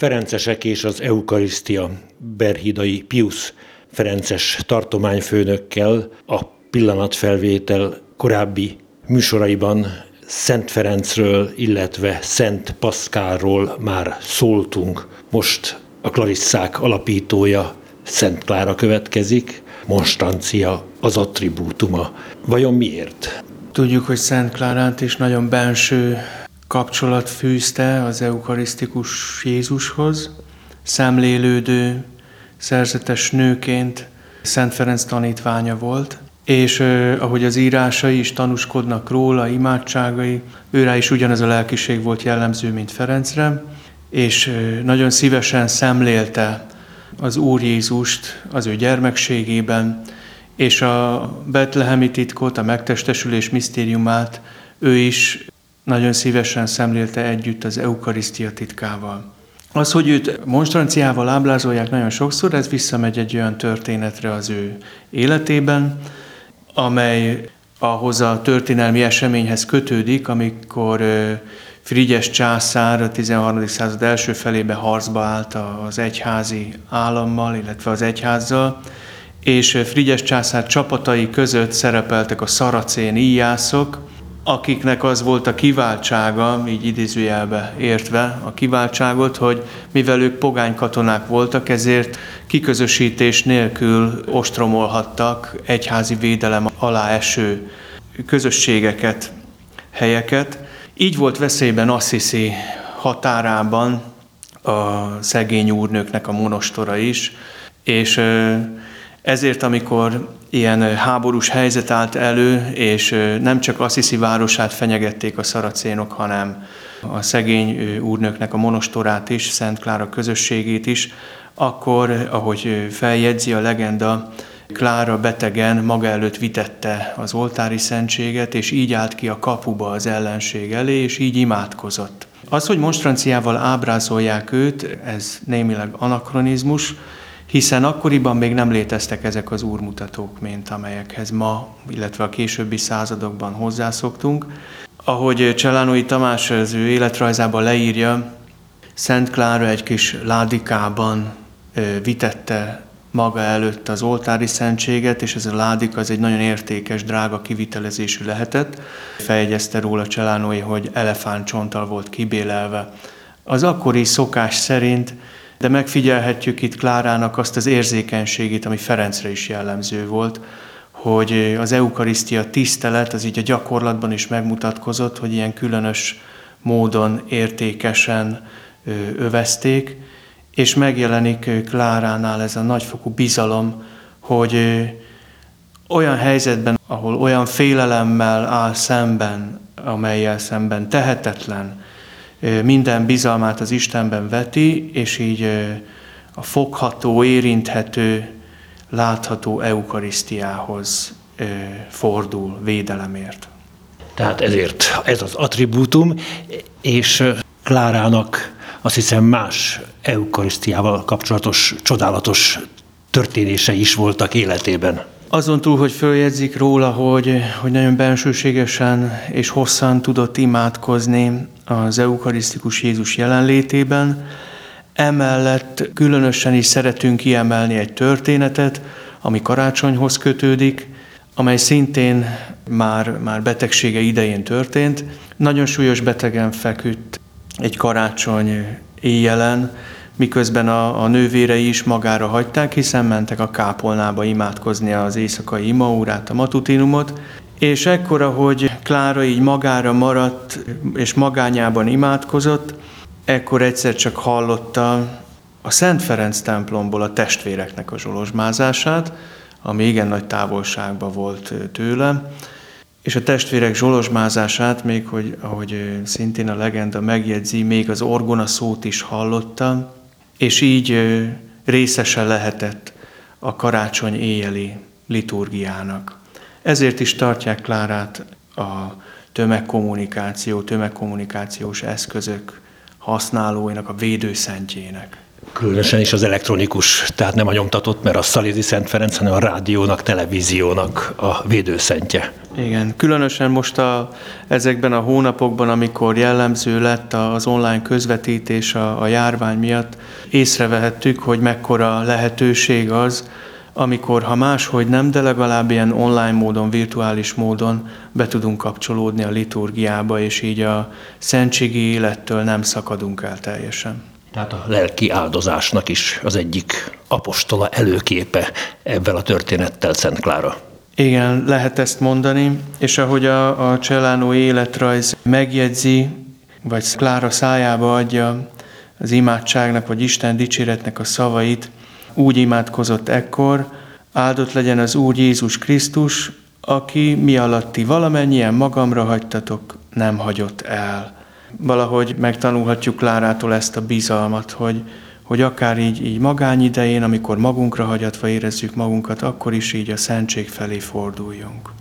ferencesek és az eukarisztia Berhidai Piusz ferences tartományfőnökkel a pillanatfelvétel korábbi műsoraiban Szent Ferencről, illetve Szent Paszkálról már szóltunk. Most a klarisszák alapítója, Szent Klára következik, monstrancia az attribútuma. Vajon miért? Tudjuk, hogy Szent Klárát is nagyon benső kapcsolat fűzte az eukarisztikus Jézushoz. Szemlélődő, szerzetes nőként Szent Ferenc tanítványa volt, és ahogy az írásai is tanúskodnak róla, imádságai, őrá is ugyanaz a lelkiség volt jellemző, mint Ferencre, és nagyon szívesen szemlélte az Úr Jézust az ő gyermekségében, és a betlehemi titkot, a megtestesülés misztériumát ő is nagyon szívesen szemlélte együtt az eukarisztia titkával. Az, hogy őt monstranciával ábrázolják nagyon sokszor, ez visszamegy egy olyan történetre az ő életében, amely ahhoz a történelmi eseményhez kötődik, amikor Frigyes császár a 13. század első felében harcba állt az egyházi állammal, illetve az egyházzal, és Frigyes császár csapatai között szerepeltek a szaracén íjászok, akiknek az volt a kiváltsága, így idézőjelbe értve a kiváltságot, hogy mivel ők pogány katonák voltak, ezért kiközösítés nélkül ostromolhattak egyházi védelem alá eső közösségeket, helyeket. Így volt veszélyben Assisi határában a szegény úrnőknek a monostora is, és ezért, amikor ilyen háborús helyzet állt elő, és nem csak Assisi városát fenyegették a szaracénok, hanem a szegény úrnőknek a monostorát is, Szent Klára közösségét is, akkor, ahogy feljegyzi a legenda, Klára betegen maga előtt vitette az oltári szentséget, és így állt ki a kapuba az ellenség elé, és így imádkozott. Az, hogy monstranciával ábrázolják őt, ez némileg anakronizmus, hiszen akkoriban még nem léteztek ezek az úrmutatók, mint amelyekhez ma, illetve a későbbi századokban hozzászoktunk. Ahogy Cselánói Tamás az ő életrajzában leírja, Szent Klára egy kis ládikában vitette maga előtt az oltári szentséget, és ez a ládika az egy nagyon értékes, drága kivitelezésű lehetett. Feljegyezte róla Cselánói, hogy elefántcsonttal volt kibélelve. Az akkori szokás szerint, de megfigyelhetjük itt Klárának azt az érzékenységét, ami Ferencre is jellemző volt, hogy az eukarisztia tisztelet az így a gyakorlatban is megmutatkozott, hogy ilyen különös módon értékesen övezték, és megjelenik Kláránál ez a nagyfokú bizalom, hogy olyan helyzetben, ahol olyan félelemmel áll szemben, amellyel szemben tehetetlen, minden bizalmát az Istenben veti, és így a fogható, érinthető, látható eukarisztiához fordul védelemért. Tehát ezért ez az attribútum, és Klárának azt hiszem más eukarisztiával kapcsolatos, csodálatos történései is voltak életében. Azon túl, hogy följegyzik róla, hogy nagyon bensőségesen és hosszan tudott imádkozni az eukarisztikus Jézus jelenlétében, emellett különösen is szeretünk kiemelni egy történetet, ami karácsonyhoz kötődik, amely szintén már betegsége idején történt. Nagyon súlyos betegen feküdt egy karácsony éjjelen, miközben a nővérei is magára hagyták, hiszen mentek a kápolnába imádkozni az éjszakai imaórát, a matutinumot, és ekkor, ahogy Klára így magára maradt, és magányában imádkozott, ekkor egyszer csak hallotta a Szent Ferenc templomból a testvéreknek a zsolozsmázását, ami igen nagy távolságban volt tőle, és a testvérek zsolozsmázását, még ahogy szintén a legenda megjegyzi, még az orgona szót is hallotta, és így részese lehetett a karácsony éjjeli liturgiának. Ezért is tartják Klárát a tömegkommunikációs eszközök használóinak, a védőszentjének. Különösen is az elektronikus, tehát nem a nyomtatott, mert a Szalézi Szent Ferenc, hanem a rádiónak, televíziónak a védőszentje. Igen, különösen most ezekben a hónapokban, amikor jellemző lett az online közvetítés a járvány miatt, észrevehettük, hogy mekkora lehetőség az, amikor, ha máshogy nem, de legalább ilyen online módon, virtuális módon be tudunk kapcsolódni a liturgiába, és így a szentségi élettől nem szakadunk el teljesen. Tehát a lelki áldozásnak is az egyik apostola előképe ebben a történettel Szent Klára. Igen, lehet ezt mondani, és ahogy a Celano életrajz megjegyzi, vagy Klára szájába adja az imádságnak, vagy Isten dicséretnek a szavait, úgy imádkozott ekkor: áldott legyen az Úr Jézus Krisztus, aki mi alatt ti valamennyien magamra hagytatok, nem hagyott el. Valahogy megtanulhatjuk Klárától ezt a bizalmat, hogy akár így magányidején, amikor magunkra hagyatva érezzük magunkat, akkor is így a szentség felé forduljunk.